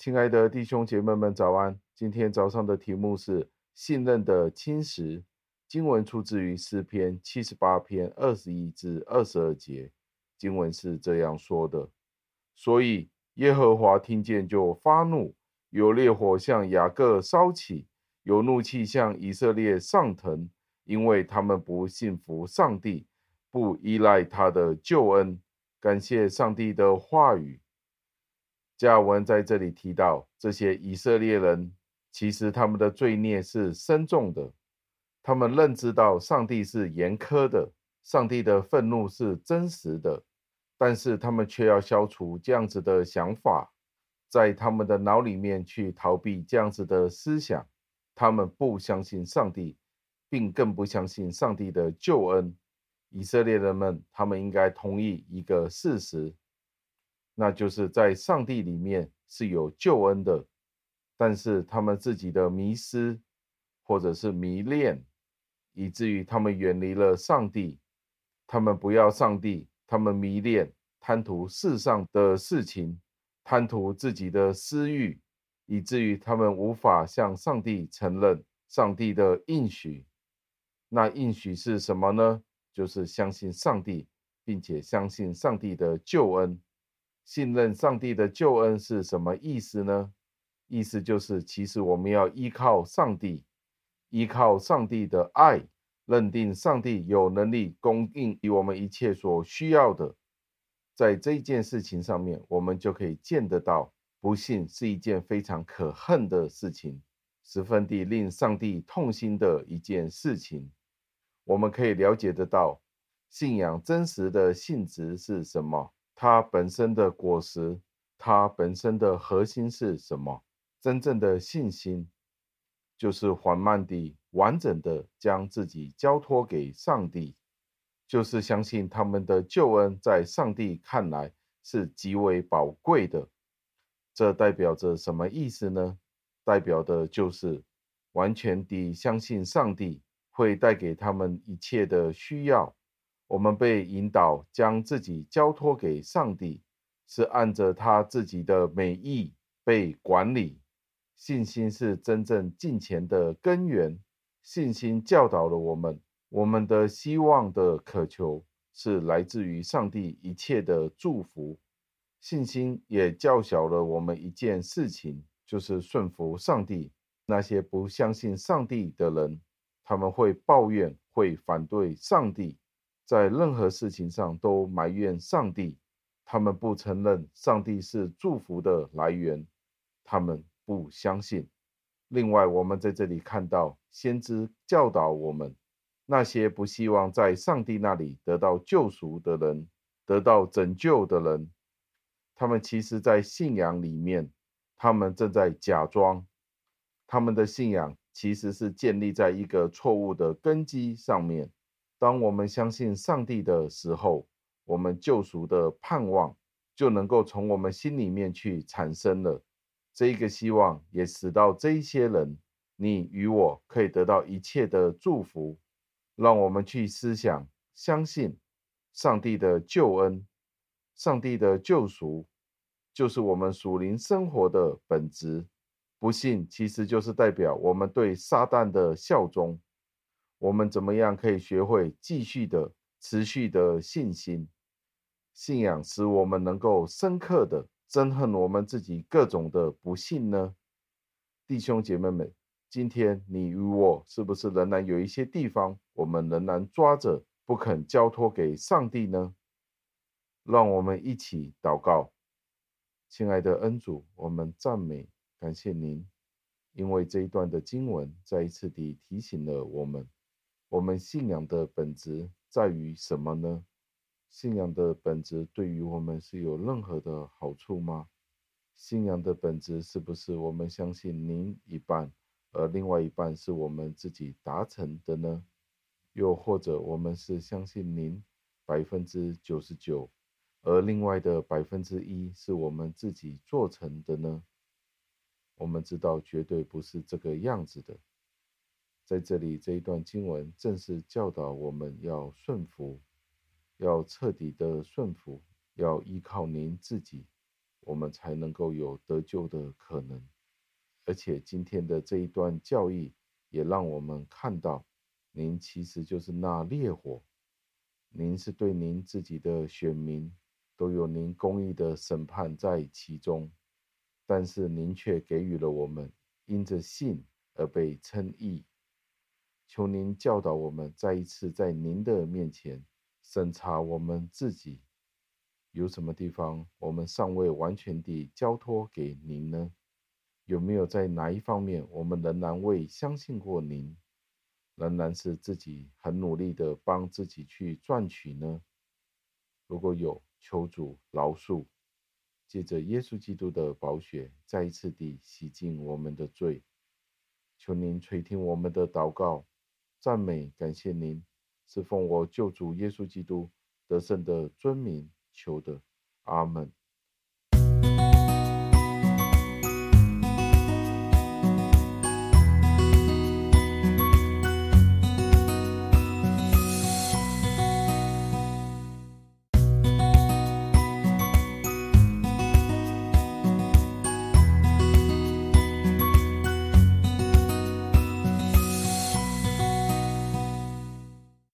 亲爱的弟兄姐妹们，早安！今天早上的题目是信任的侵蚀。经文出自于诗篇78篇21至22节。经文是这样说的：所以耶和华听见就发怒，有烈火向雅各烧起，有怒气向以色列上腾，因为他们不信服上帝，不依赖他的救恩。感谢上帝的话语。加尔文在这里提到，这些以色列人其实他们的罪孽是深重的，他们认知到上帝是严苛的，上帝的愤怒是真实的，但是他们却要消除这样子的想法，在他们的脑里面去逃避这样子的思想。他们不相信上帝，并更不相信上帝的救恩。以色列人们，他们应该同意一个事实，那就是在上帝里面是有救恩的，但是他们自己的迷失或者是迷恋，以至于他们远离了上帝。他们不要上帝，他们迷恋贪图世上的事情，贪图自己的私欲，以至于他们无法向上帝承认上帝的应许。那应许是什么呢？就是相信上帝，并且相信上帝的救恩。信任上帝的救恩是什么意思呢？意思就是，其实我们要依靠上帝，依靠上帝的爱，认定上帝有能力供应我们一切所需要的。在这一件事情上面，我们就可以见得到，不信是一件非常可恨的事情，十分地令上帝痛心的一件事情。我们可以了解得到，信仰真实的性质是什么？它本身的果实，它本身的核心是什么？真正的信心，就是缓慢地、完整地将自己交托给上帝，就是相信他们的救恩在上帝看来是极为宝贵的。这代表着什么意思呢？代表的就是完全地相信上帝会带给他们一切的需要。我们被引导将自己交托给上帝，是按着他自己的美意被管理。信心是真正敬虔的根源。信心教导了我们，我们的希望的渴求是来自于上帝一切的祝福。信心也教晓了我们一件事情，就是顺服上帝。那些不相信上帝的人，他们会抱怨，会反对上帝，在任何事情上都埋怨上帝。他们不承认上帝是祝福的来源，他们不相信。另外，我们在这里看到先知教导我们，那些不希望在上帝那里得到救赎的人，得到拯救的人，他们其实在信仰里面，他们正在假装，他们的信仰其实是建立在一个错误的根基上面。当我们相信上帝的时候，我们救赎的盼望就能够从我们心里面去产生了。这一个希望也使到这一些人，你与我可以得到一切的祝福。让我们去思想，相信上帝的救恩，上帝的救赎，就是我们属灵生活的本质。不信其实就是代表我们对撒旦的效忠。我们怎么样可以学会继续的、持续的信心？信仰使我们能够深刻的憎恨我们自己各种的不幸呢？弟兄姐妹们，今天你与我是不是仍然有一些地方，我们仍然抓着不肯交托给上帝呢？让我们一起祷告。亲爱的恩主，我们赞美感谢您，因为这一段的经文再一次地提醒了我们，我们信仰的本质在于什么呢？信仰的本质对于我们是有任何的好处吗？信仰的本质是不是我们相信您一半，而另外一半是我们自己达成的呢？又或者我们是相信您99%，而另外的1%是我们自己做成的呢？我们知道绝对不是这个样子的。在这里这一段经文正是教导我们要顺服，要彻底的顺服，要依靠您自己。 我们才能够有得救的可能。而且今天的这一段教义也让我们看到，您其实就是那烈火，您是对您自己的选民都有您公义的审判在其中，但是您却给予了我们因着信而被称义。求您教导我们再一次在您的面前审查我们自己，有什么地方我们尚未完全地交托给您呢？有没有在哪一方面我们仍然未相信过您，仍然是自己很努力的帮自己去赚取呢？如果有，求主饶恕，借着耶稣基督的宝血，再一次地洗净我们的罪。求您垂听我们的祷告，赞美感谢您，是奉我救主耶稣基督得胜的尊名求的，阿门。